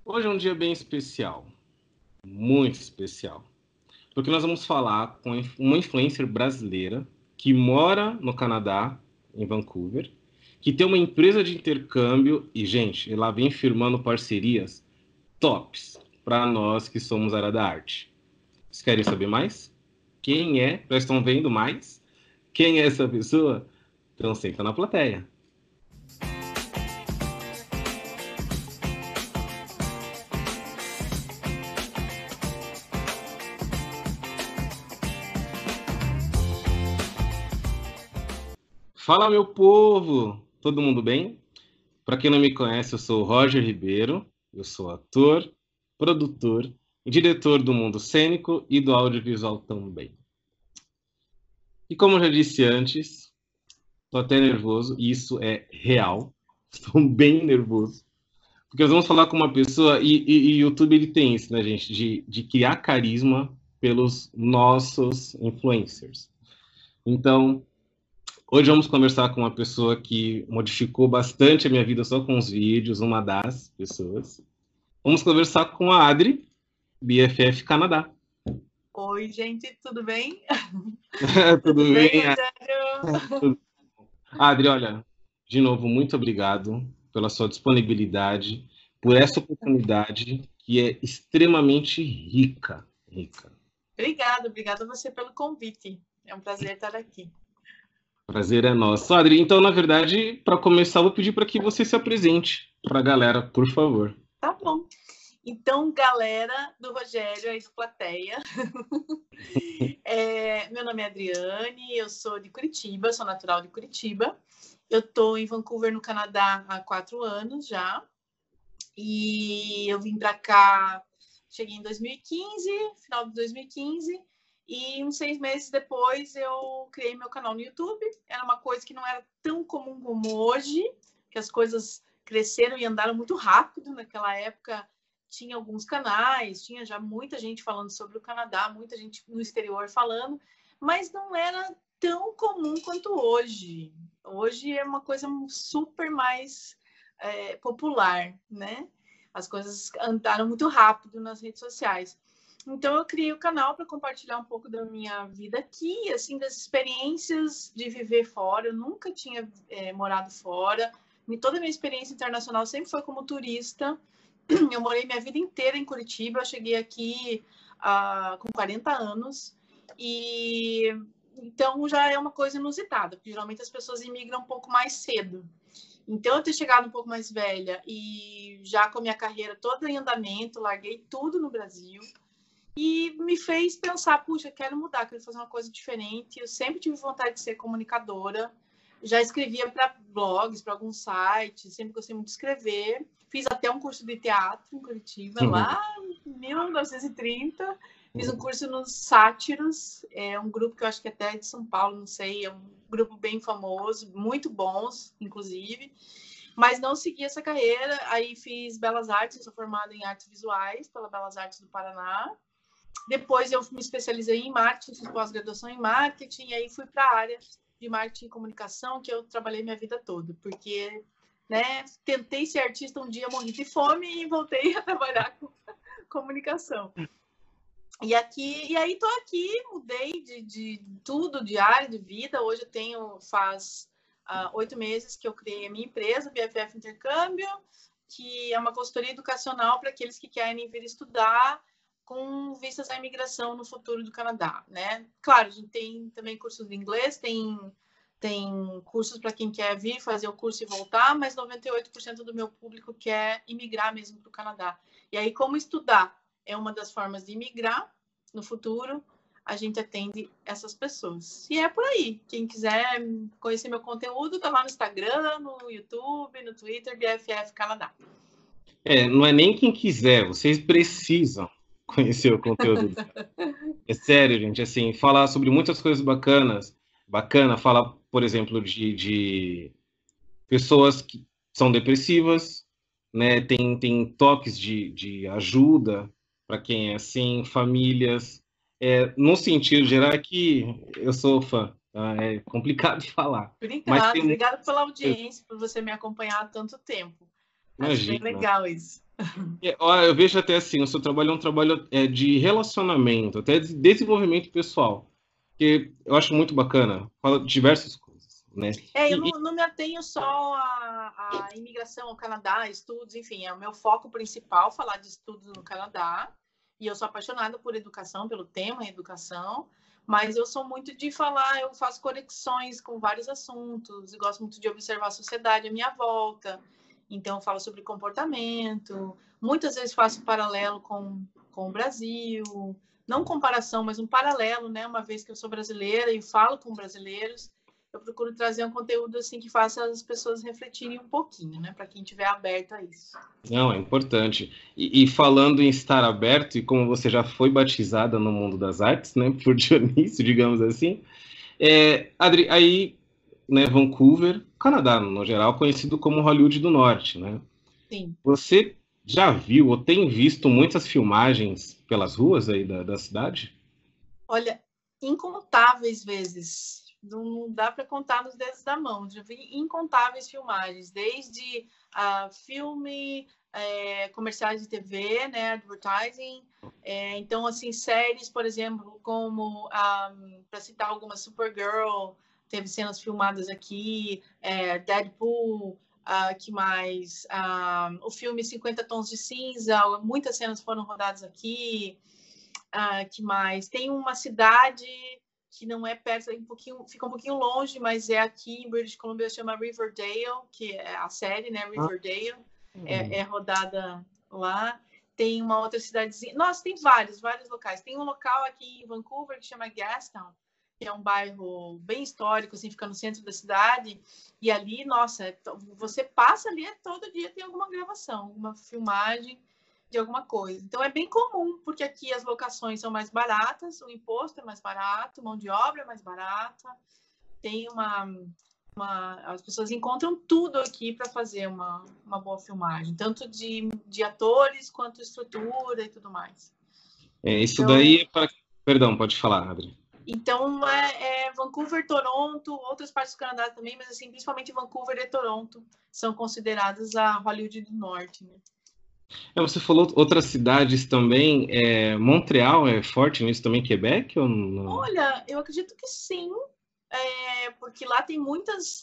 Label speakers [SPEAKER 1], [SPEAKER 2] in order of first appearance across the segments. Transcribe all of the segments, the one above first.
[SPEAKER 1] Hoje é um dia bem especial, muito especial, porque nós vamos falar com uma influencer brasileira que mora no Canadá, em Vancouver, que tem uma empresa de intercâmbio e, gente, ela vem firmando parcerias tops para nós que somos área da arte. Vocês querem saber mais? Quem é? Já estão vendo mais? Quem é essa pessoa? Então senta na plateia. Fala, meu povo! Todo mundo bem? Para quem não me conhece, eu sou o Roger Ribeiro, eu sou ator, produtor e diretor do mundo cênico e do audiovisual também. E como eu já disse antes, estou até nervoso, e isso é real, estou bem nervoso, porque nós vamos falar com uma pessoa, e o YouTube ele tem isso, né, gente, de criar carisma pelos nossos influencers. Então, hoje vamos conversar com uma pessoa que modificou bastante a minha vida só com os vídeos, uma das pessoas. Vamos conversar com a Adri, BFF Canadá.
[SPEAKER 2] Oi, gente, tudo bem?
[SPEAKER 1] Tudo bem,
[SPEAKER 2] Rogério?
[SPEAKER 1] Adri, olha, de novo, muito obrigado pela sua disponibilidade, por essa oportunidade que é extremamente rica.
[SPEAKER 2] Obrigada a você pelo convite. É um prazer estar aqui.
[SPEAKER 1] Prazer é nosso. Adri, então, na verdade, para começar, eu vou pedir para que você se apresente para a galera, por favor.
[SPEAKER 2] Tá bom. Então, galera do Rogério, aí do Plateia. Meu nome é Adriane, eu sou de Curitiba, sou natural de Curitiba. Eu estou em Vancouver, no Canadá, há 4 anos já. E eu vim para cá, cheguei em 2015, final de 2015. E uns 6 meses depois eu criei meu canal no YouTube. Era uma coisa que não era tão comum como hoje, que as coisas cresceram e andaram muito rápido. Naquela época tinha alguns canais, tinha já muita gente falando sobre o Canadá, muita gente no exterior falando, mas não era tão comum quanto hoje. Hoje é uma coisa super mais popular, né? As coisas andaram muito rápido nas redes sociais. Então, eu criei o canal para compartilhar um pouco da minha vida aqui, assim, das experiências de viver fora. Eu nunca tinha morado fora. Toda a minha experiência internacional sempre foi como turista. Eu morei minha vida inteira em Curitiba. Eu cheguei aqui com 40 anos. E então, já é uma coisa inusitada, porque geralmente as pessoas imigram um pouco mais cedo. Então, eu ter chegado um pouco mais velha e já com a minha carreira toda em andamento, larguei tudo no Brasil. E me fez pensar, puxa, quero mudar, quero fazer uma coisa diferente. Eu sempre tive vontade de ser comunicadora. Já escrevia para blogs, para alguns sites, sempre gostei muito de escrever. Fiz até um curso de teatro em Curitiba, lá em 1930. Fiz um curso nos Sátiros, um grupo que eu acho que até é de São Paulo, não sei, é um grupo bem famoso, muito bons, inclusive. Mas não segui essa carreira. Aí fiz Belas Artes, eu sou formada em Artes Visuais pela Belas Artes do Paraná. Depois eu me especializei em marketing, fiz pós-graduação em marketing, e aí fui para a área de marketing e comunicação, que eu trabalhei minha vida toda, porque, né, tentei ser artista um dia, morri de fome e voltei a trabalhar com comunicação. E aí estou aqui, mudei de tudo, de área, de vida. Hoje faz 8 meses que eu criei a minha empresa, BFF Intercâmbio, que é uma consultoria educacional para aqueles que querem vir estudar com vistas à imigração no futuro do Canadá, né? Claro, a gente tem também cursos de inglês, tem cursos para quem quer vir fazer o curso e voltar, mas 98% do meu público quer imigrar mesmo para o Canadá. E aí, como estudar é uma das formas de imigrar no futuro, a gente atende essas pessoas. E é por aí. Quem quiser conhecer meu conteúdo, tá lá no Instagram, no YouTube, no Twitter, BFF Canadá.
[SPEAKER 1] Não é nem quem quiser, vocês precisam conhecer o conteúdo. É sério, gente, assim, falar sobre muitas coisas bacana, falar, por exemplo, de pessoas que são depressivas, né, tem toques de ajuda para quem é assim, famílias, no sentido geral é que eu sou fã, tá? É complicado de falar.
[SPEAKER 2] Obrigada pela audiência, por você me acompanhar há tanto tempo. Acho bem
[SPEAKER 1] Imagina.
[SPEAKER 2] legal isso.
[SPEAKER 1] Ó, eu vejo até assim, o seu trabalho é um trabalho de relacionamento, até de desenvolvimento pessoal, que eu acho muito bacana, fala de diversas coisas, né?
[SPEAKER 2] Eu
[SPEAKER 1] E,
[SPEAKER 2] não me atenho só à imigração ao Canadá, estudos, enfim, é o meu foco principal falar de estudos no Canadá. E eu sou apaixonada por educação, pelo tema educação, mas eu sou muito de falar, eu faço conexões com vários assuntos, e gosto muito de observar a sociedade à minha volta. Então, eu falo sobre comportamento, muitas vezes faço paralelo com o Brasil, não comparação, mas um paralelo, né? Uma vez que eu sou brasileira e falo com brasileiros, eu procuro trazer um conteúdo assim que faça as pessoas refletirem um pouquinho, né? Para quem estiver aberto a isso.
[SPEAKER 1] não, é importante. E falando em estar aberto, e como você já foi batizada no mundo das artes, né, por Dionísio, digamos assim, Adri, aí, né, Vancouver, Canadá, no geral, conhecido como Hollywood do Norte, né?
[SPEAKER 2] Sim.
[SPEAKER 1] Você já viu ou tem visto muitas filmagens pelas ruas aí da cidade?
[SPEAKER 2] Olha, incontáveis vezes. Não dá para contar nos dedos da mão. Já vi incontáveis filmagens, desde filme, comerciais de TV, né, advertising. Então, assim, séries, por exemplo, como, para citar algumas, Supergirl, teve cenas filmadas aqui, Deadpool, que mais? O filme 50 Tons de Cinza, muitas cenas foram rodadas aqui. Que mais? Tem uma cidade que não é perto, fica um pouquinho longe, mas é aqui em British Columbia, chama Riverdale, que é a série, né? Riverdale, é rodada lá. Tem uma outra cidadezinha. Nossa, tem vários locais. Tem um local aqui em Vancouver que chama Gastown, que é um bairro bem histórico, assim, fica no centro da cidade. E ali, nossa, você passa ali, todo dia tem alguma gravação, alguma filmagem de alguma coisa. Então é bem comum, porque aqui as locações são mais baratas, o imposto é mais barato, mão de obra é mais barata, tem as pessoas encontram tudo aqui para fazer uma boa filmagem, tanto de atores quanto estrutura e tudo mais.
[SPEAKER 1] Isso
[SPEAKER 2] Então,
[SPEAKER 1] daí é para. Perdão, pode falar, Adri.
[SPEAKER 2] então Vancouver, Toronto, outras partes do Canadá também, mas assim, principalmente Vancouver e Toronto são consideradas a Hollywood do Norte, né?
[SPEAKER 1] Você falou outras cidades também. Montreal é forte nisso também, Quebec ou não?
[SPEAKER 2] Olha, eu acredito que sim, porque lá tem muitas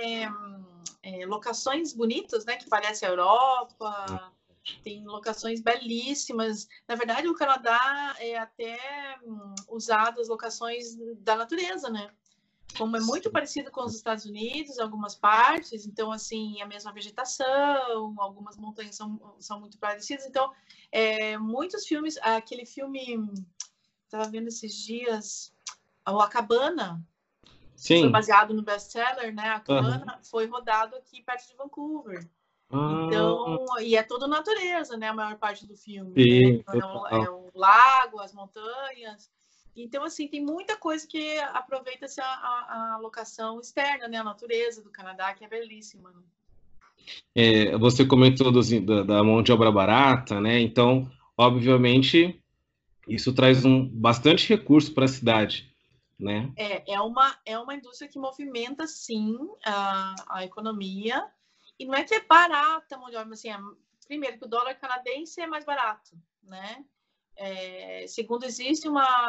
[SPEAKER 2] locações bonitas, né, que parecem a Europa, tem locações belíssimas. Na verdade, o Canadá é até usado as locações da natureza, né? Como é muito parecido com os Estados Unidos, algumas partes, então, assim, a mesma vegetação, algumas montanhas são muito parecidas. Então, muitos filmes, aquele filme, estava vendo esses dias, A Cabana, que foi
[SPEAKER 1] Sim.
[SPEAKER 2] baseado no best-seller, né? A Cabana
[SPEAKER 1] Uhum.
[SPEAKER 2] foi rodado aqui perto de Vancouver.
[SPEAKER 1] Ah,
[SPEAKER 2] Então, e é toda natureza, né? A maior parte do filme, né?
[SPEAKER 1] sim,
[SPEAKER 2] É
[SPEAKER 1] total.
[SPEAKER 2] o lago, as montanhas. Então, assim, tem muita coisa que aproveita-se a locação externa, né? A natureza do Canadá, que é belíssima, né?
[SPEAKER 1] Você comentou da mão de obra barata, né? Então, obviamente, isso traz bastante recurso para a cidade, né?
[SPEAKER 2] É uma indústria que movimenta, sim, a economia. E não é que é barata a mão de obra, assim, primeiro que o dólar canadense é mais barato, né? Segundo, existe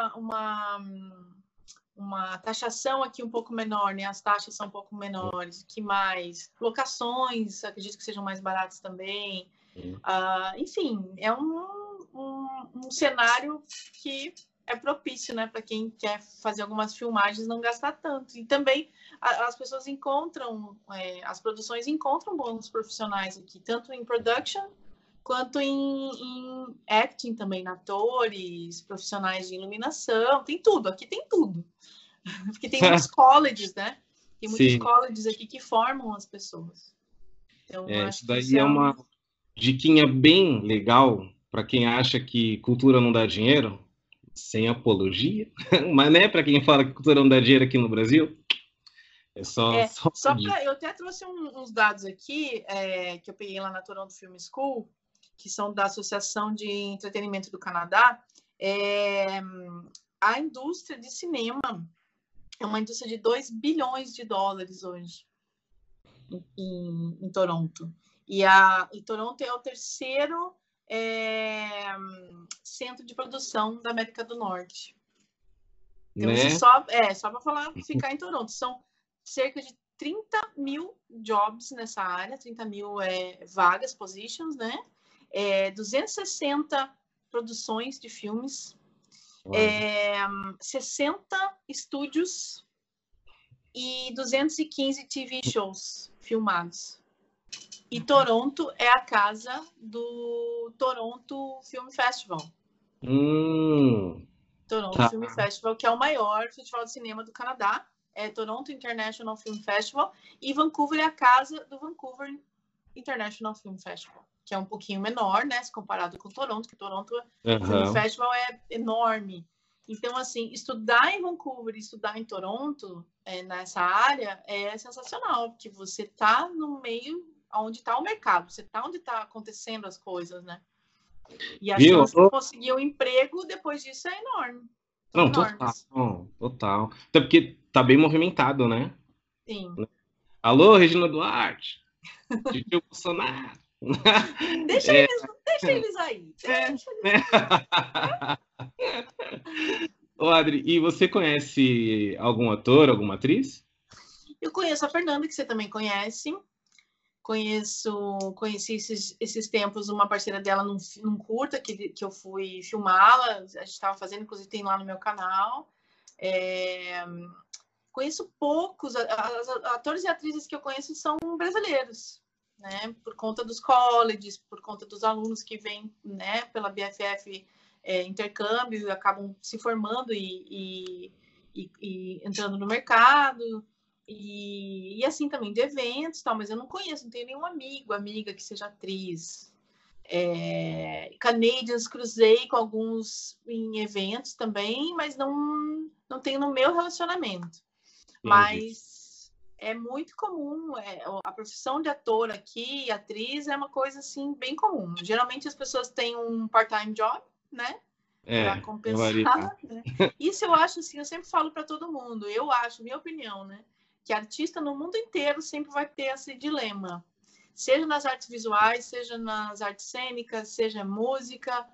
[SPEAKER 2] uma taxação aqui um pouco menor, né? As taxas são um pouco menores. Que mais? Locações, acredito que sejam mais baratas também. Enfim, é um cenário que é propício, né, para quem quer fazer algumas filmagens não gastar tanto. E também as pessoas encontram, as produções encontram bons profissionais aqui, tanto em production quanto em acting também, atores, profissionais de iluminação, tem tudo, aqui tem tudo. Porque tem muitos colleges, né? Tem muitos
[SPEAKER 1] Sim,
[SPEAKER 2] colleges aqui que formam as pessoas. Então,
[SPEAKER 1] isso
[SPEAKER 2] acho que isso
[SPEAKER 1] daí é
[SPEAKER 2] é
[SPEAKER 1] uma diquinha bem legal para quem acha que cultura não dá dinheiro, sem apologia, mas né, para quem fala que cultura não dá dinheiro aqui no Brasil, é só uma
[SPEAKER 2] só
[SPEAKER 1] dica.
[SPEAKER 2] para eu até trouxe uns dados aqui que eu peguei lá na Toronto Film School, que são da Associação de Entretenimento do Canadá. A indústria de cinema é uma indústria de 2 bilhões de dólares hoje em Toronto. E Toronto é o terceiro centro de produção da América do Norte. Então,
[SPEAKER 1] né?
[SPEAKER 2] só para falar, ficar em Toronto. São cerca de 30 mil jobs nessa área, 30 mil vagas, positions, né? 260 produções de filmes, 60 estúdios e 215 TV shows filmados. E Toronto é a casa do Toronto Film Festival. Toronto
[SPEAKER 1] Tá.
[SPEAKER 2] Film Festival, que é o maior festival de cinema do Canadá. É Toronto International Film Festival. E Vancouver é a casa do Vancouver International Film Festival, que é um pouquinho menor, né, se comparado com Toronto, que Toronto Film Festival é enorme. Então, assim, estudar em Vancouver e estudar em Toronto, nessa área, é sensacional, porque você está no meio onde está o mercado, você está onde está acontecendo as coisas, né? E a chance de conseguir um emprego depois disso é enorme.
[SPEAKER 1] Não, total. Até porque tá bem movimentado, né?
[SPEAKER 2] Sim.
[SPEAKER 1] Alô, Regina Duarte. Tio Bolsonaro.
[SPEAKER 2] Deixa eles aí.
[SPEAKER 1] Ô, Adri, e você conhece algum ator, alguma atriz?
[SPEAKER 2] Eu conheço a Fernanda, que você também conhece. Conheci esses tempos uma parceira dela num curta que eu fui filmá-la. A gente estava fazendo, inclusive tem lá no meu canal. Conheço poucos. Atores e atrizes que eu conheço são brasileiros, né? Por conta dos colleges, por conta dos alunos que vêm, né, pela BFF intercâmbio e acabam se formando e entrando no mercado. E assim também de eventos, tal, mas eu não conheço, não tenho nenhum amiga que seja atriz. Canadians, cruzei com alguns em eventos também, mas não tenho no meu relacionamento. Entendi. Mas é muito comum, a profissão de ator aqui, atriz, é uma coisa assim bem comum. Geralmente as pessoas têm um part-time job, né? Para compensar. Né? Isso eu acho assim, eu sempre falo para todo mundo, eu acho, minha opinião, né? Que artista no mundo inteiro sempre vai ter esse dilema. Seja nas artes visuais, seja nas artes cênicas, seja música,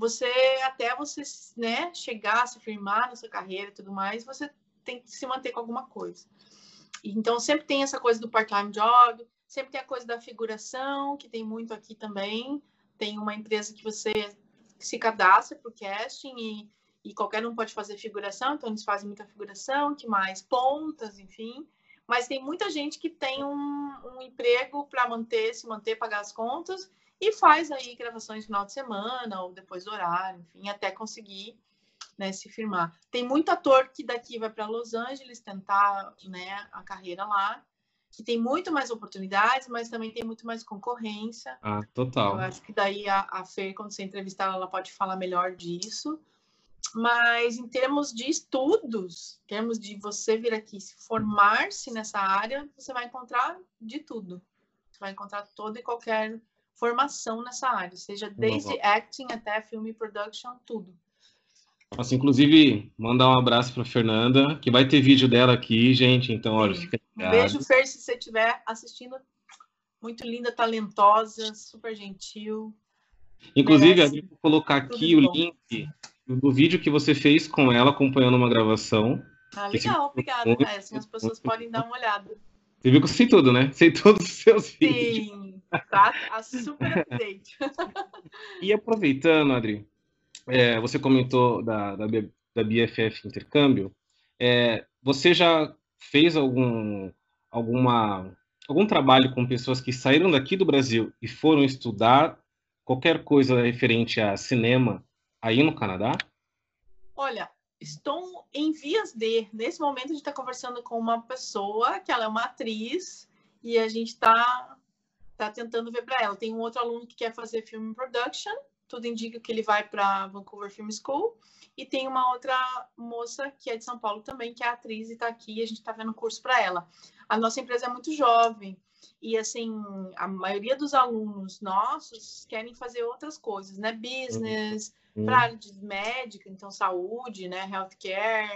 [SPEAKER 2] até você, né, chegar, se firmar na sua carreira e tudo mais, você tem que se manter com alguma coisa. Então, sempre tem essa coisa do part-time job, sempre tem a coisa da figuração, que tem muito aqui também. Tem uma empresa que você se cadastra para o casting e qualquer um pode fazer figuração, então eles fazem muita figuração, que mais pontas, enfim. Mas tem muita gente que tem um emprego para se manter, pagar as contas e faz aí gravações no final de semana ou depois do horário, enfim, até conseguir, né, se firmar. Tem muito ator que daqui vai para Los Angeles tentar, né, a carreira lá, que tem muito mais oportunidades, mas também tem muito mais concorrência.
[SPEAKER 1] Total.
[SPEAKER 2] Eu acho que daí a Fer, quando você entrevistar ela pode falar melhor disso. Mas em termos de estudos, em termos de você vir aqui se formar-se nessa área, você vai encontrar de tudo. Você vai encontrar toda e qualquer formação nessa área, seja desde acting até film production, tudo.
[SPEAKER 1] Nossa, inclusive, mandar um abraço para Fernanda, que vai ter vídeo dela aqui, gente, então, olha, fica ligado.
[SPEAKER 2] Um beijo, Fer, se você estiver assistindo. Muito linda, talentosa, super gentil.
[SPEAKER 1] Inclusive, eu vou colocar aqui o link do vídeo que você fez com ela, acompanhando uma gravação.
[SPEAKER 2] Legal, obrigada. Assim as pessoas podem dar uma olhada.
[SPEAKER 1] Você viu que eu sei tudo, né? Sei todos os seus vídeos.
[SPEAKER 2] Sim, tá super update.
[SPEAKER 1] E aproveitando, Adri, você comentou da BFF Intercâmbio, você já fez algum trabalho com pessoas que saíram daqui do Brasil e foram estudar qualquer coisa referente a cinema aí no Canadá?
[SPEAKER 2] Olha, estou em vias de... Nesse momento, a gente está conversando com uma pessoa que ela é uma atriz e a gente está tentando ver para ela. Tem um outro aluno que quer fazer film production, tudo indica que ele vai para Vancouver Film School. E tem uma outra moça que é de São Paulo também, que é atriz e está aqui, a gente está vendo curso para ela. A nossa empresa é muito jovem e, assim, a maioria dos alunos nossos querem fazer outras coisas, né? Business, para a área de médica, então saúde, né? Healthcare,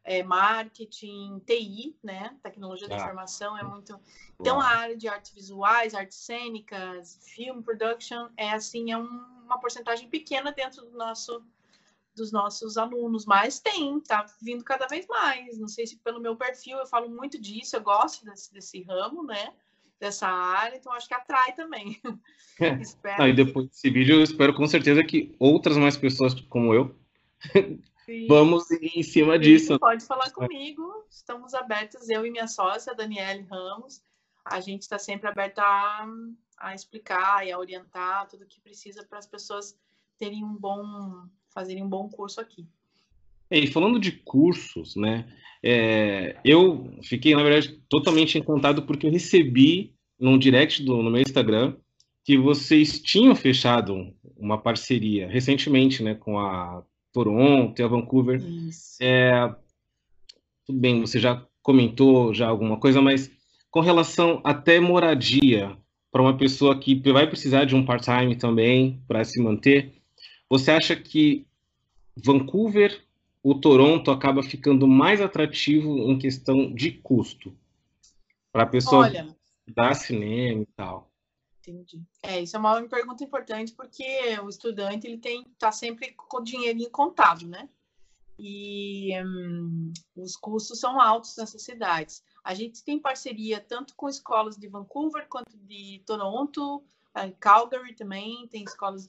[SPEAKER 2] marketing, TI, né? Tecnologia da informação é muito... Então, a área de artes visuais, artes cênicas, film production, assim, é uma porcentagem pequena dentro dos nossos alunos, mas tá vindo cada vez mais. Não sei se pelo meu perfil eu falo muito disso, eu gosto desse ramo, né? Dessa área, então acho que atrai também.
[SPEAKER 1] Espero e depois desse vídeo, eu espero com certeza que outras mais pessoas como eu vamos ir em cima disso.
[SPEAKER 2] Pode falar comigo, estamos abertos, eu e minha sócia, Daniele Ramos, a gente está sempre aberta a explicar e a orientar tudo o que precisa para as pessoas fazerem um bom curso aqui.
[SPEAKER 1] E falando de cursos, né, eu fiquei, na verdade, totalmente encantado porque eu recebi num direct no meu Instagram que vocês tinham fechado uma parceria recentemente, né, com a Toronto e a Vancouver.
[SPEAKER 2] Isso.
[SPEAKER 1] Tudo bem, você já comentou já alguma coisa, mas com relação até moradia para uma pessoa que vai precisar de um part-time também para se manter, você acha que Vancouver ou Toronto acaba ficando mais atrativo em questão de custo para a pessoa dar cinema e tal?
[SPEAKER 2] Entendi. Isso é uma pergunta importante porque o estudante ele tá sempre com o dinheirinho contado, né? E os custos são altos nessas cidades. A gente tem parceria tanto com escolas de Vancouver quanto de Toronto, Calgary também tem escolas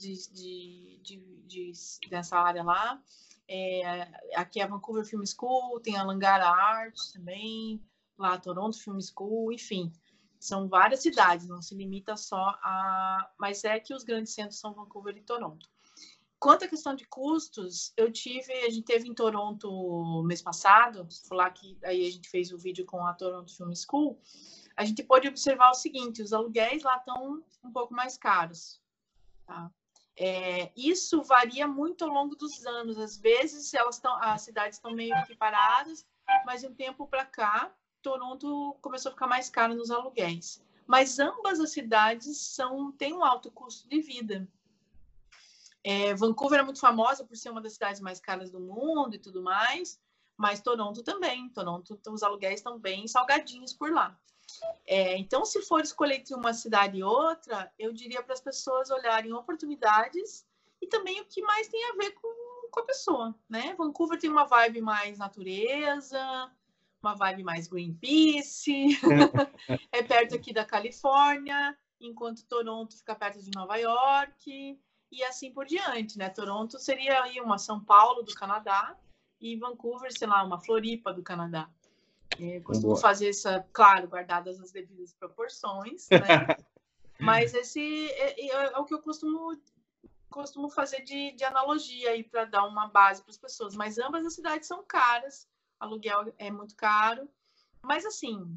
[SPEAKER 2] dessa área lá. Aqui é a Vancouver Film School, tem a Langara Arts também, lá a Toronto Film School, enfim. São várias cidades, não se limita só a... Mas é que os grandes centros são Vancouver e Toronto. Quanto à questão de custos, a gente teve em Toronto mês passado, lá que aí a gente fez o vídeo com a Toronto Film School, a gente pôde observar o seguinte, os aluguéis lá estão um pouco mais caros. Tá? Isso varia muito ao longo dos anos. Às vezes as cidades estão meio que paradas, mas de um tempo para cá, Toronto começou a ficar mais caro nos aluguéis. Mas ambas as cidades têm um alto custo de vida. Vancouver é muito famosa por ser uma das cidades mais caras do mundo e tudo mais, mas Toronto também. Toronto, os aluguéis estão bem salgadinhos por lá. Então, se for escolher entre uma cidade e outra, eu diria para as pessoas olharem oportunidades e também o que mais tem a ver com a pessoa, né? Vancouver tem uma vibe mais natureza, uma vibe mais Greenpeace, é perto aqui da Califórnia, enquanto Toronto fica perto de Nova York, e assim por diante, né? Toronto seria aí uma São Paulo do Canadá e Vancouver, sei lá, uma Floripa do Canadá. Costumo fazer claro, guardadas as devidas proporções, né? Mas esse é o que eu costumo fazer de analogia aí para dar uma base para as pessoas. Mas ambas as cidades são caras, aluguel é muito caro. Mas assim,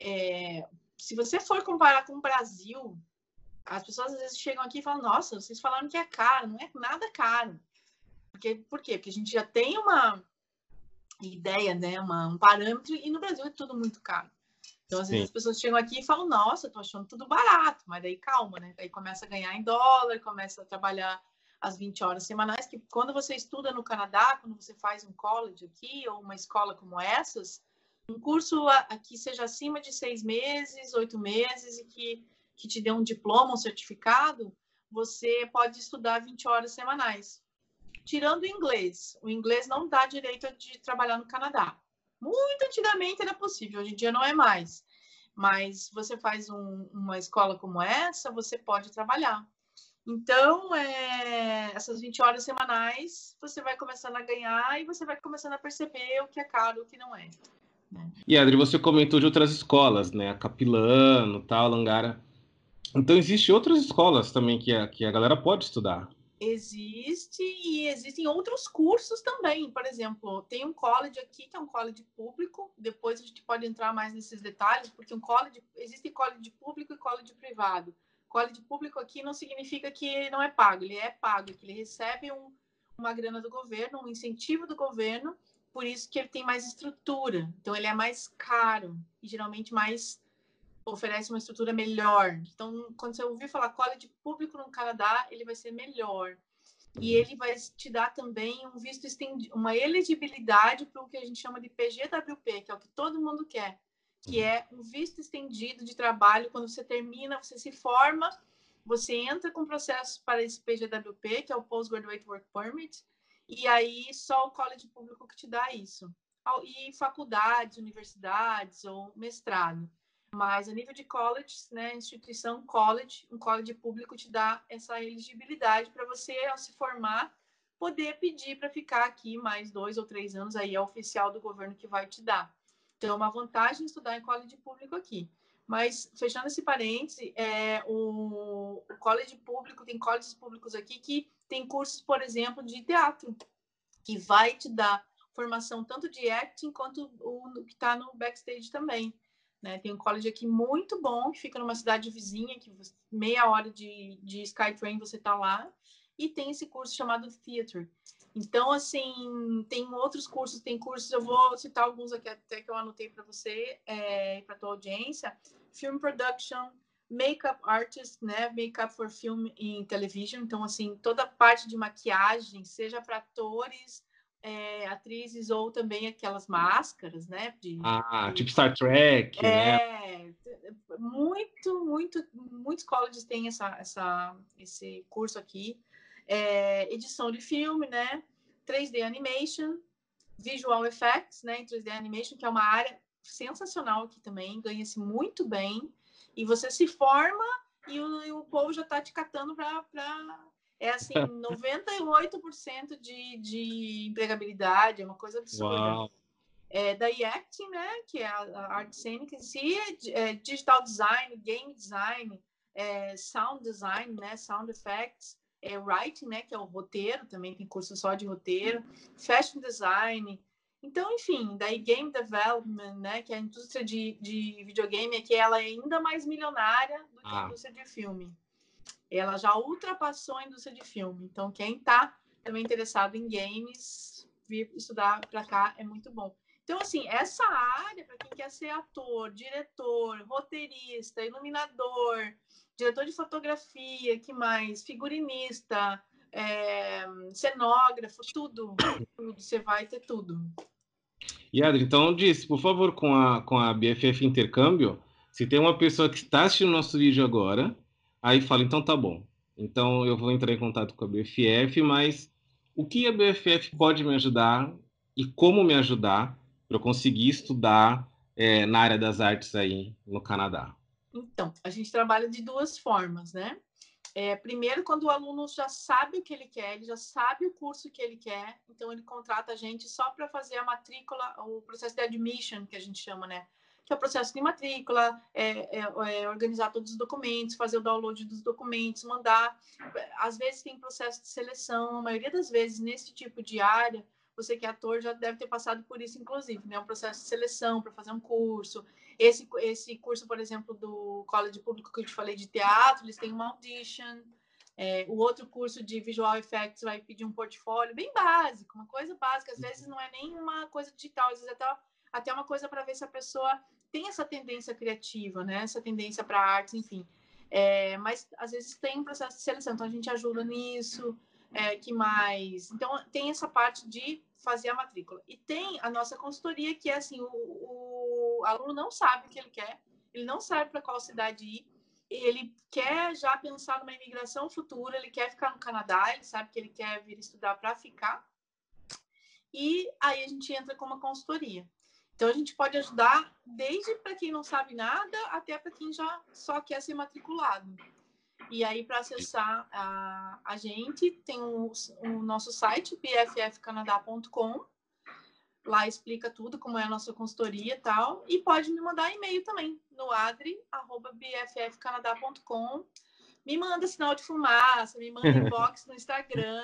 [SPEAKER 2] se você for comparar com o Brasil, as pessoas às vezes chegam aqui e falam, nossa, vocês falaram que é caro, não é nada caro. Por quê? Porque a gente já tem uma ideia, né, um parâmetro, e no Brasil é tudo muito caro. Então, às vezes, as pessoas chegam aqui e falam, nossa, eu tô achando tudo barato, mas daí calma, né? Daí começa a ganhar em dólar, começa a trabalhar as 20 horas semanais, que quando você estuda no Canadá, quando você faz um college aqui, ou uma escola como essas, um curso aqui seja acima de 6 meses, 8 meses, e que te dê um diploma, um certificado, você pode estudar 20 horas semanais. Tirando o inglês não dá direito de trabalhar no Canadá. Muito antigamente era possível, hoje em dia não é mais. Mas você faz uma escola como essa, você pode trabalhar. Então, essas 20 horas semanais, você vai começando a ganhar e você vai começando a perceber o que é caro e o que não é. Né?
[SPEAKER 1] E, Adri, você comentou de outras escolas, né? A Capilano, tal, Langara. Então, existem outras escolas também que a galera pode estudar.
[SPEAKER 2] Existe e existem outros cursos também. Por exemplo, tem um college aqui que é um college público. Depois a gente pode entrar mais nesses detalhes, porque existe college público e college privado. College público aqui não significa que não é pago, ele é pago, que ele recebe uma grana do governo, um incentivo do governo, por isso que ele tem mais estrutura. Então ele é mais caro e geralmente oferece uma estrutura melhor. Então, quando você ouvir falar college público no Canadá, ele vai ser melhor. E ele vai te dar também um visto estendido, uma elegibilidade para o que a gente chama de PGWP, que é o que todo mundo quer, que é um visto estendido de trabalho. Quando você termina, você se forma, você entra com processo para esse PGWP, que é o Postgraduate Work Permit, e aí só o college público que te dá isso. E faculdades, universidades ou mestrado. Mas a nível de college, né, instituição college, um college público te dá essa elegibilidade para você, ao se formar, poder pedir para ficar aqui mais 2 ou 3 anos, aí é o oficial do governo que vai te dar. Então, é uma vantagem estudar em college público aqui. Mas, fechando esse parêntese, o college público, tem colleges públicos aqui que tem cursos, por exemplo, de teatro, que vai te dar formação tanto de acting quanto o que está no backstage também. Né? Tem um college aqui muito bom, que fica numa cidade vizinha, que meia hora de Skytrain você está lá, e tem esse curso chamado Theater. Então, assim, tem outros cursos, eu vou citar alguns aqui até que eu anotei para você e para a tua audiência. Film Production, Makeup Artist, né? Makeup for Film and Television. Então, assim, toda a parte de maquiagem, seja para atores, atrizes ou também aquelas máscaras, né?
[SPEAKER 1] Tipo Star Trek, né?
[SPEAKER 2] Muitos colleges têm esse curso aqui. Edição de filme, né? 3D Animation, Visual Effects, né? Em 3D Animation, que é uma área sensacional aqui também, ganha-se muito bem. E você se forma e o povo já está te catando para assim, 98% de empregabilidade, é uma coisa absurda.
[SPEAKER 1] Uau.
[SPEAKER 2] Daí acting, né, que é a arte cênica em si, digital design, game design, sound design, né, sound effects, writing, né, que é o roteiro, também tem curso só de roteiro, fashion design. Então, enfim, daí game development, né, que é a indústria de videogame, é que ela é ainda mais milionária do que a indústria de filme. Ela já ultrapassou a indústria de filme. Então, quem está também interessado em games, vir estudar para cá é muito bom. Então, assim, essa área, para quem quer ser ator, diretor, roteirista, iluminador, diretor de fotografia, que mais? Figurinista, cenógrafo, tudo. Você vai ter tudo.
[SPEAKER 1] E Adri, então diz, por favor, com a BFF Intercâmbio, se tem uma pessoa que está assistindo nosso vídeo agora, aí fala, então tá bom. Então eu vou entrar em contato com a BFF, mas o que a BFF pode me ajudar e como me ajudar para eu conseguir estudar na área das artes aí no Canadá?
[SPEAKER 2] Então, a gente trabalha de duas formas, né? Primeiro, quando o aluno já sabe o que ele quer, ele já sabe o curso que ele quer, então ele contrata a gente só para fazer a matrícula, o processo de admission, que a gente chama, né? Que é o processo de matrícula, organizar todos os documentos, fazer o download dos documentos, mandar. Às vezes tem processo de seleção, a maioria das vezes nesse tipo de área, você que é ator já deve ter passado por isso, inclusive, né? Um processo de seleção para fazer um curso. Esse curso, por exemplo, do college público que eu te falei de teatro, eles têm uma audition. O outro curso de visual effects vai pedir um portfólio bem básico, uma coisa básica. Às vezes não é nem uma coisa digital, às vezes até uma coisa para ver se a pessoa tem essa tendência criativa, né? Essa tendência para artes, enfim. Mas às vezes tem um processo de seleção, então a gente ajuda nisso. Que mais? Então tem essa parte de fazer a matrícula. E tem a nossa consultoria, que é assim, o aluno não sabe o que ele quer, ele não sabe para qual cidade ir, ele quer já pensar numa imigração futura, ele quer ficar no Canadá, ele sabe que ele quer vir estudar para ficar, e aí a gente entra com uma consultoria. Então, a gente pode ajudar desde para quem não sabe nada, até para quem já só quer ser matriculado. E aí, para acessar a gente, tem o nosso site, bffcanadá.com. Lá explica tudo, como é a nossa consultoria e tal. E pode me mandar e-mail também, no adri@bffcanadá.com. Me manda sinal de fumaça, me manda inbox no Instagram.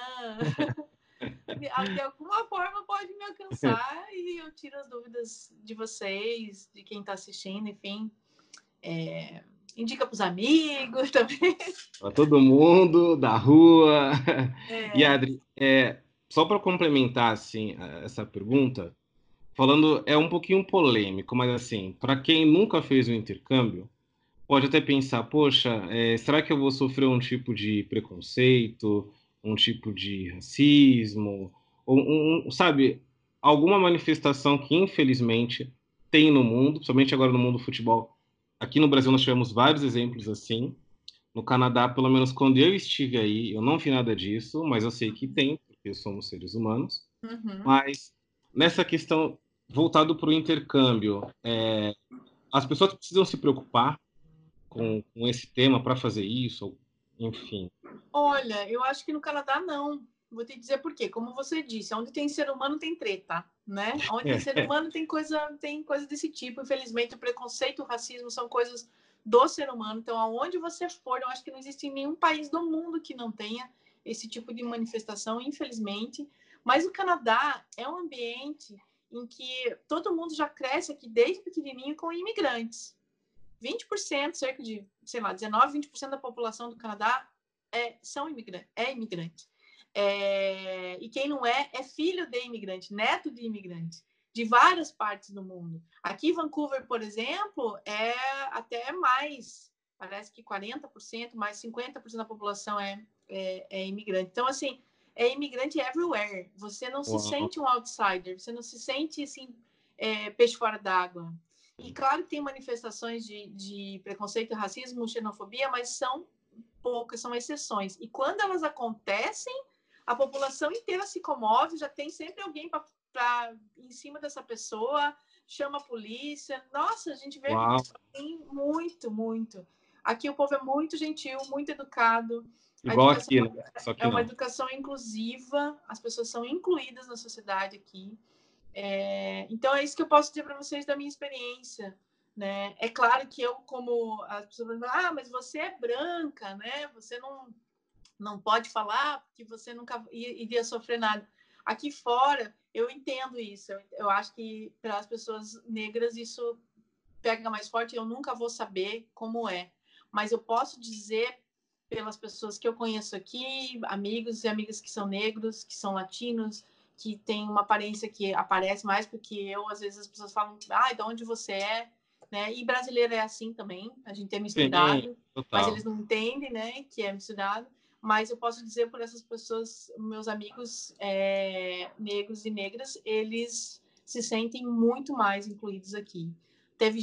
[SPEAKER 2] De alguma forma pode me alcançar e eu tiro as dúvidas de vocês, de quem está assistindo, enfim. Indica para os amigos também.
[SPEAKER 1] Para todo mundo, da rua. E Adri, só para complementar assim, essa pergunta, falando, é um pouquinho polêmico, mas assim, para quem nunca fez o intercâmbio, pode até pensar, poxa, será que eu vou sofrer um tipo de preconceito, um tipo de racismo, ou sabe, alguma manifestação que infelizmente tem no mundo, somente agora no mundo do futebol. Aqui no Brasil nós tivemos vários exemplos assim. No Canadá, pelo menos quando eu estive aí, eu não vi nada disso, mas eu sei que tem, porque somos seres humanos.
[SPEAKER 2] Uhum.
[SPEAKER 1] Mas nessa questão voltado para o intercâmbio, as pessoas precisam se preocupar com esse tema para fazer isso, ou, enfim.
[SPEAKER 2] Olha, eu acho que no Canadá não. Vou te dizer por quê. Como você disse, onde tem ser humano tem treta, né? Onde tem ser humano tem coisa desse tipo. Infelizmente, o preconceito, o racismo são coisas do ser humano. Então, aonde você for, eu acho que não existe nenhum país do mundo que não tenha esse tipo de manifestação, infelizmente. Mas o Canadá é um ambiente em que todo mundo já cresce aqui desde pequenininho com imigrantes. 20%, cerca de, sei lá, 19, 20% da população do Canadá é imigrante. E quem não é filho de imigrante, neto de imigrante, de várias partes do mundo. Aqui em Vancouver, por exemplo, é até mais, parece que 40%, mais 50% da população é imigrante. Então, assim, é imigrante everywhere. Você não se sente um outsider, você não se sente, assim, peixe fora d'água. E claro que tem manifestações de preconceito, racismo, xenofobia, mas são poucas, são exceções. E quando elas acontecem, a população inteira se comove, já tem sempre alguém em cima dessa pessoa, chama a polícia. Nossa, a gente vê assim, muito, muito. Aqui o povo é muito gentil, muito educado.
[SPEAKER 1] Igual aqui, né? Só que
[SPEAKER 2] é uma
[SPEAKER 1] não.
[SPEAKER 2] educação inclusiva, as pessoas são incluídas na sociedade aqui. Então é isso que eu posso dizer para vocês da minha experiência, né? É claro que eu, como as pessoas falam, mas você é branca, né? Você não pode falar porque você nunca iria sofrer nada. Aqui fora, eu entendo isso. Eu acho que para as pessoas negras isso pega mais forte. Eu nunca vou saber como é, mas eu posso dizer pelas pessoas que eu conheço aqui, amigos e amigas que são negros, que são latinos, que tem uma aparência que aparece mais porque eu, às vezes as pessoas falam, de onde você é, né? E brasileiro é assim também, a gente é misturado, mas eles não entendem, né, que é misturado. Mas eu posso dizer por essas pessoas, meus amigos negros e negras, eles se sentem muito mais incluídos aqui. Teve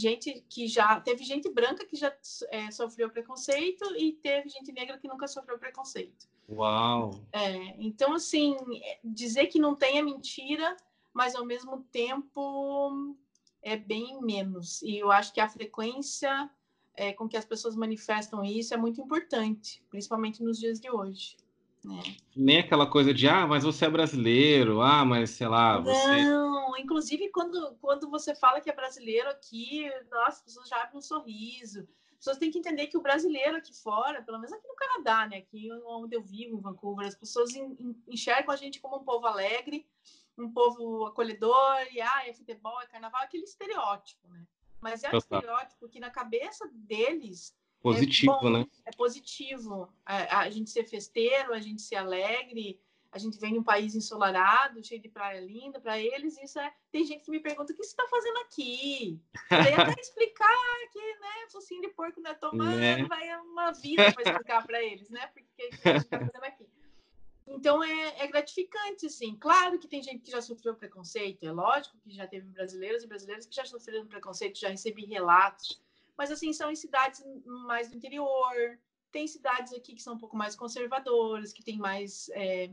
[SPEAKER 2] gente branca que já sofreu preconceito e teve gente negra que nunca sofreu preconceito.
[SPEAKER 1] Uau!
[SPEAKER 2] Então, assim, dizer que não tem é mentira, mas ao mesmo tempo é bem menos. E eu acho que a frequência com que as pessoas manifestam isso é muito importante, principalmente nos dias de hoje.
[SPEAKER 1] Nem aquela coisa de, mas você é brasileiro, mas sei lá, você.
[SPEAKER 2] Não, inclusive quando você fala que é brasileiro aqui, nossa, as pessoas já abrem um sorriso. As pessoas têm que entender que o brasileiro aqui fora, pelo menos aqui no Canadá, né, aqui onde eu vivo, em Vancouver, as pessoas enxergam a gente como um povo alegre, um povo acolhedor, e é futebol, é carnaval, aquele estereótipo, né? Mas é um estereótipo que na cabeça deles
[SPEAKER 1] Positivo,
[SPEAKER 2] bom,
[SPEAKER 1] né?
[SPEAKER 2] é positivo. A gente ser festeiro, a gente ser alegre, a gente vem de um país ensolarado, cheio de praia linda, para eles isso é. Tem gente que me pergunta o que você está fazendo aqui. E daí até explicar que, né, focinho de porco não é tomar,
[SPEAKER 1] Né?
[SPEAKER 2] vai uma vida para explicar para eles, né? Porque que a gente está fazendo aqui. Então é gratificante, assim. Claro que tem gente que já sofreu preconceito, é lógico que já teve brasileiros e brasileiras que já sofreram preconceito, já recebi relatos. Mas assim, são em cidades mais do interior, tem cidades aqui que são um pouco mais conservadoras, que tem mais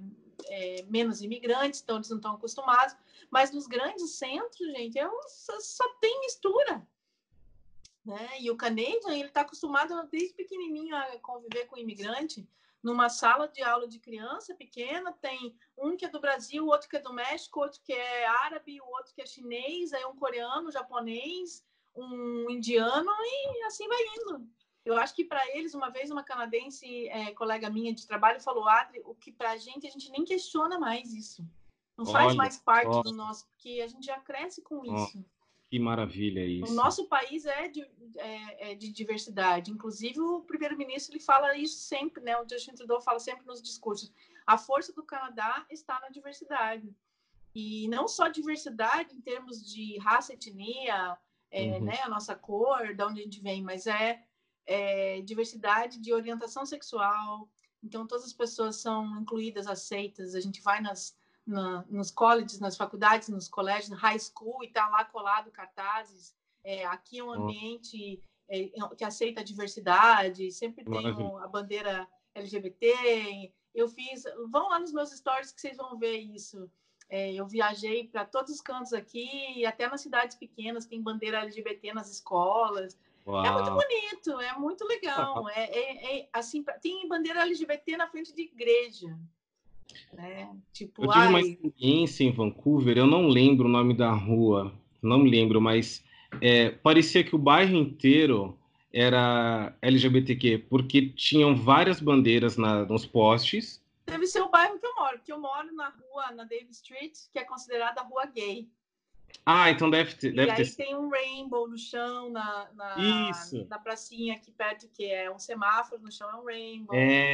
[SPEAKER 2] menos imigrantes, então eles não estão acostumados. Mas nos grandes centros, gente, só tem mistura. Né? E o Canadian, ele está acostumado desde pequenininho a conviver com imigrante. Numa sala de aula de criança pequena, tem um que é do Brasil, outro que é do México, outro que é árabe, o outro que é chinês, aí um coreano, japonês, um indiano, e assim vai indo. Eu acho que para eles, uma vez, uma canadense, colega minha de trabalho, falou, Adri, o que para a gente nem questiona mais isso. Não faz mais parte do nosso, porque a gente já cresce com isso.
[SPEAKER 1] Que maravilha isso.
[SPEAKER 2] O nosso país é de diversidade. Inclusive, o primeiro-ministro ele fala isso sempre, né? O Justin Trudeau fala sempre nos discursos. A força do Canadá está na diversidade. E não só diversidade em termos de raça, etnia, né? A nossa cor, de onde a gente vem, mas diversidade de orientação sexual, Então, todas as pessoas são incluídas, aceitas. A gente vai nos colleges, nas faculdades, nos colégios, no high school, e está lá colado cartazes. Aqui é um ambiente que aceita a diversidade, sempre tem a bandeira LGBT. Vão lá nos meus stories que vocês vão ver isso. Eu viajei para todos os cantos aqui, até nas cidades pequenas, tem bandeira LGBT nas escolas. Uau. É muito bonito, é muito legal. Assim, tem bandeira LGBT na frente de igreja. Né? Tipo,
[SPEAKER 1] eu tive uma experiência em Vancouver, eu não lembro o nome da rua, não lembro, mas parecia que o bairro inteiro era LGBTQ, porque tinham várias bandeiras nos postes.
[SPEAKER 2] Deve ser o bairro que eu moro, porque eu moro na rua, na Davis Street, que é considerada rua gay.
[SPEAKER 1] Então deve ter.
[SPEAKER 2] E aí tem um rainbow no chão, na pracinha aqui perto, que é um semáforo, no chão é um rainbow.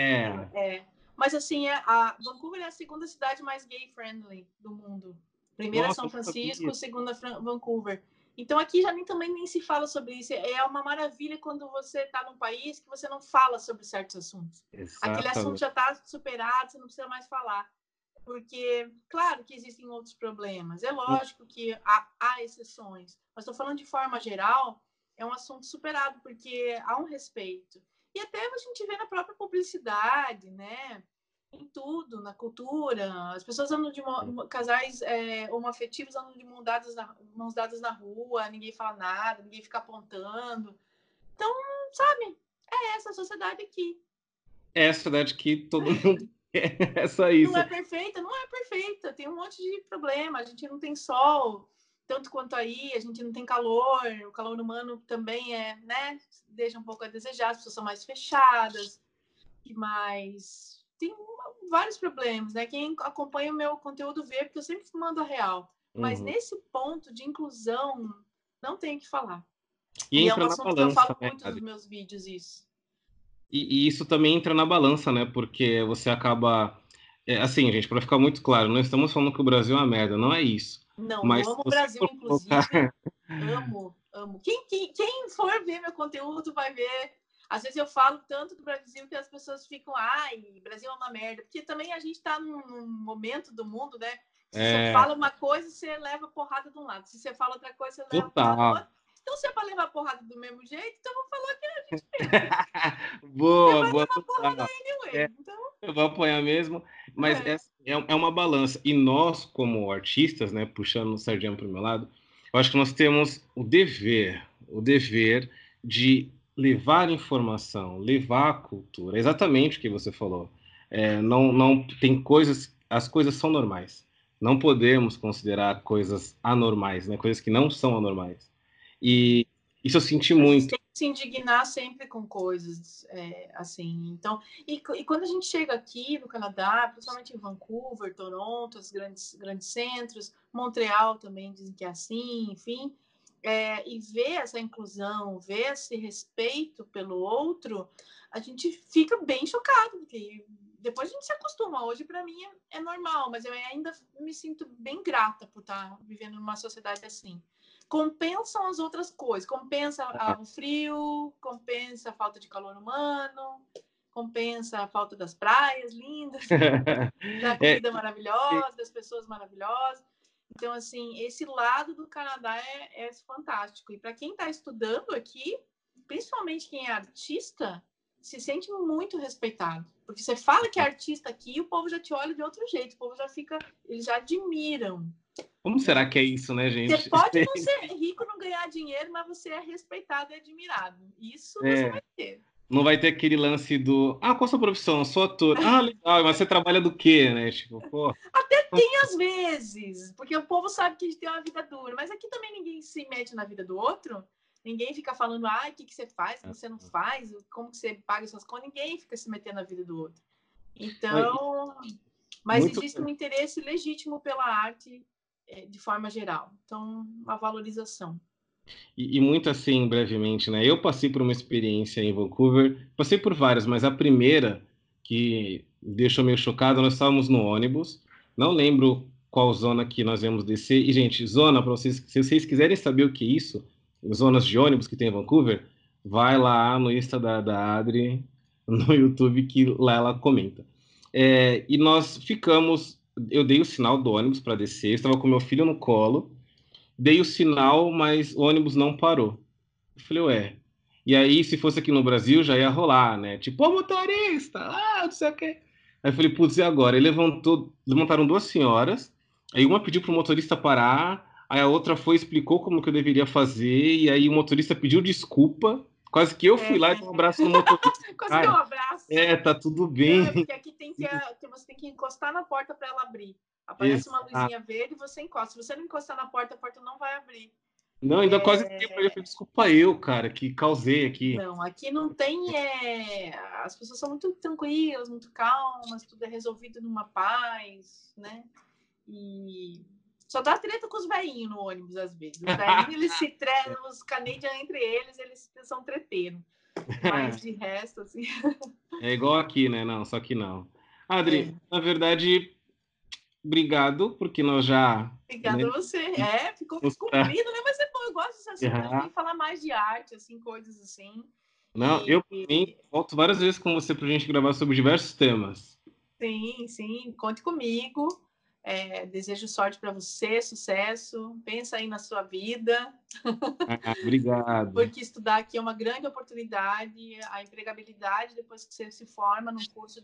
[SPEAKER 2] Mas assim, a Vancouver é a segunda cidade mais gay-friendly do mundo. Primeira São Francisco, segunda Vancouver. Então aqui já também nem se fala sobre isso. É uma maravilha quando você está num país que você não fala sobre certos assuntos. Exatamente. Aquele assunto já está superado, você não precisa mais falar. Porque, claro que existem outros problemas. É lógico que há exceções. Mas estou falando de forma geral, é um assunto superado, porque há um respeito. E até a gente vê na própria publicidade, né? Em tudo, na cultura. As pessoas andam casais homoafetivos andam de mãos dadas na rua, ninguém fala nada, ninguém fica apontando. Então, sabe? É essa a sociedade aqui.
[SPEAKER 1] É a sociedade que todo mundo é só isso.
[SPEAKER 2] Não é perfeita? Não é perfeita. Tem um monte de problema. A gente não tem sol, tanto quanto aí. A gente não tem calor. O calor humano também né? Deixa um pouco a desejar. As pessoas são mais fechadas. Mas tem vários problemas, né? Quem acompanha o meu conteúdo vê, porque eu sempre mando a real. Mas nesse ponto de inclusão, não tem o que falar. E é um assunto que eu falo muito nos meus vídeos, isso.
[SPEAKER 1] E isso também entra na balança, né? Porque você acaba... assim, gente, para ficar muito claro, não estamos falando que o Brasil é uma merda, não é isso.
[SPEAKER 2] Não, mas eu amo o Brasil, inclusive. Amo. Quem for ver meu conteúdo vai ver. Às vezes eu falo tanto do Brasil que as pessoas ficam, Brasil é uma merda. Porque também a gente está num momento do mundo, né? Se você fala uma coisa, você leva porrada de um lado. Se você fala outra coisa, você leva porrada do outro. Então, se é para levar porrada do mesmo jeito, então eu vou falar que a gente mesmo.
[SPEAKER 1] Boa.
[SPEAKER 2] Levar porrada anyway. Então...
[SPEAKER 1] Eu vou apanhar mesmo. Mas é uma balança. E nós, como artistas, né, puxando o sardinha para o meu lado, eu acho que nós temos o dever de levar informação, levar a cultura. Exatamente o que você falou. Não tem coisas... As coisas são normais. Não podemos considerar coisas anormais, né? Coisas que não são anormais. E isso eu senti muito.
[SPEAKER 2] Tem que se indignar sempre com coisas assim. Então, e quando a gente chega aqui no Canadá, principalmente em Vancouver, Toronto, os grandes centros, Montreal também dizem que é assim, enfim, e ver essa inclusão, ver esse respeito pelo outro, a gente fica bem chocado, porque depois a gente se acostuma. Hoje, para mim, é normal, mas eu ainda me sinto bem grata por estar vivendo numa sociedade assim. Compensam as outras coisas. Compensa o frio, compensa a falta de calor humano, compensa a falta das praias lindas, da comida maravilhosa, das pessoas maravilhosas. Então, assim, esse lado do Canadá é fantástico. E para quem está estudando aqui, principalmente quem é artista, se sente muito respeitado. Porque você fala que é artista aqui, o povo já te olha de outro jeito. O povo já fica... Eles já admiram.
[SPEAKER 1] Como será que é isso, né, gente?
[SPEAKER 2] Você pode não ser rico, não ganhar dinheiro, mas você é respeitado e admirado. Isso você vai ter.
[SPEAKER 1] Não vai ter aquele lance do... qual a sua profissão? Eu sou ator. Legal, mas você trabalha do quê, né? Tipo, pô...
[SPEAKER 2] Até tem às vezes, porque o povo sabe que a gente tem uma vida dura, mas aqui também ninguém se mete na vida do outro. Ninguém fica falando, o que você faz, o que você não faz, como que você paga suas contas. Ninguém fica se metendo na vida do outro. Então... Mas existe um interesse legítimo pela arte de forma geral. Então, uma valorização.
[SPEAKER 1] E muito assim, brevemente, né? Eu passei por uma experiência em Vancouver, passei por várias, mas a primeira que me deixou meio chocado, nós estávamos no ônibus, não lembro qual zona que nós íamos descer, e, gente, zona, para vocês, se vocês quiserem saber o que é isso, zonas de ônibus que tem em Vancouver, vai lá no Insta da Adri, no YouTube, que lá ela comenta. E nós ficamos. Eu dei o sinal do ônibus para descer, eu estava com meu filho no colo, dei o sinal, mas o ônibus não parou. Eu falei, ué. E aí, se fosse aqui no Brasil, já ia rolar, né? Tipo, ô motorista, não sei o quê. Aí eu falei, putz, e agora? Aí levantaram duas senhoras, aí uma pediu pro motorista parar, aí a outra foi e explicou como que eu deveria fazer, e aí o motorista pediu desculpa, quase que eu fui lá e dei um abraço no motorista.
[SPEAKER 2] Quase que um
[SPEAKER 1] Cara,
[SPEAKER 2] abraço.
[SPEAKER 1] tá tudo
[SPEAKER 2] Não,
[SPEAKER 1] bem.
[SPEAKER 2] porque aqui você tem que encostar na porta para ela abrir. Aparece uma
[SPEAKER 1] Exato.
[SPEAKER 2] luzinha verde e você encosta. Se você não encostar na porta, a porta não vai abrir.
[SPEAKER 1] Não, ainda quase que eu falei, desculpa eu, cara, que causei aqui.
[SPEAKER 2] Não, aqui não tem. As pessoas são muito tranquilas, muito calmas, tudo é resolvido numa paz, né? E só dá treta com os velhinhos no ônibus, às vezes. Os velhinhos, eles se tretam, os canadianos entre eles são treteiros. Mas de resto, assim.
[SPEAKER 1] É igual aqui, né? Não, só que não. Adri, na verdade, obrigado, porque nós já,
[SPEAKER 2] Obrigada
[SPEAKER 1] né,
[SPEAKER 2] a você. Ficou
[SPEAKER 1] mostrar.
[SPEAKER 2] comprido, né? Mas é bom, eu gosto desse assunto. A gente tem que falar mais de arte, assim, coisas assim.
[SPEAKER 1] Não, eu, por mim, volto várias vezes com você pra gente gravar sobre diversos temas.
[SPEAKER 2] Sim, sim, conte comigo. Desejo sorte para você, sucesso. Pensa aí na sua vida.
[SPEAKER 1] Obrigado.
[SPEAKER 2] Porque estudar aqui é uma grande oportunidade. A empregabilidade, depois que você se forma num curso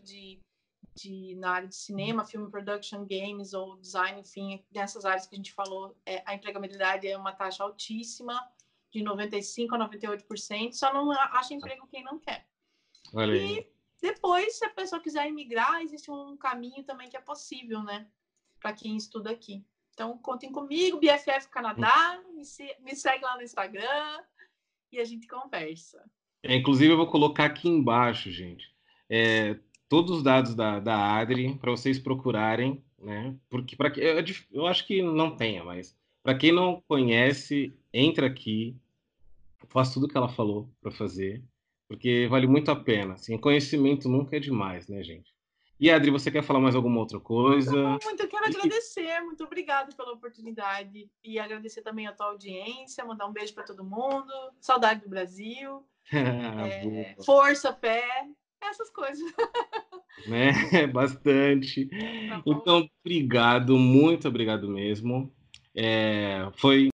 [SPEAKER 2] na área de cinema, film production, games ou design, enfim, nessas áreas que a gente falou, a empregabilidade é uma taxa altíssima, de 95% a 98%, só não acha emprego quem não quer.
[SPEAKER 1] Olha aí.
[SPEAKER 2] E depois, se a pessoa quiser emigrar, existe um caminho também que é possível, né? Para quem estuda aqui. Então, contem comigo, BFF Canadá, me segue lá no Instagram e a gente conversa.
[SPEAKER 1] Inclusive, eu vou colocar aqui embaixo, gente, todos os dados da Adri para vocês procurarem, né? Porque eu acho que não tenha, mas para quem não conhece, entra aqui, faz tudo que ela falou para fazer, porque vale muito a pena. Assim, conhecimento nunca é demais, né, gente? E Adri, você quer falar mais alguma outra coisa?
[SPEAKER 2] Muito, eu quero agradecer, muito obrigada pela oportunidade e agradecer também a tua audiência, mandar um beijo para todo mundo, saudade do Brasil, força, fé, essas coisas.
[SPEAKER 1] Né? Bastante.
[SPEAKER 2] Tá bom?
[SPEAKER 1] Então, obrigado, muito obrigado mesmo. Foi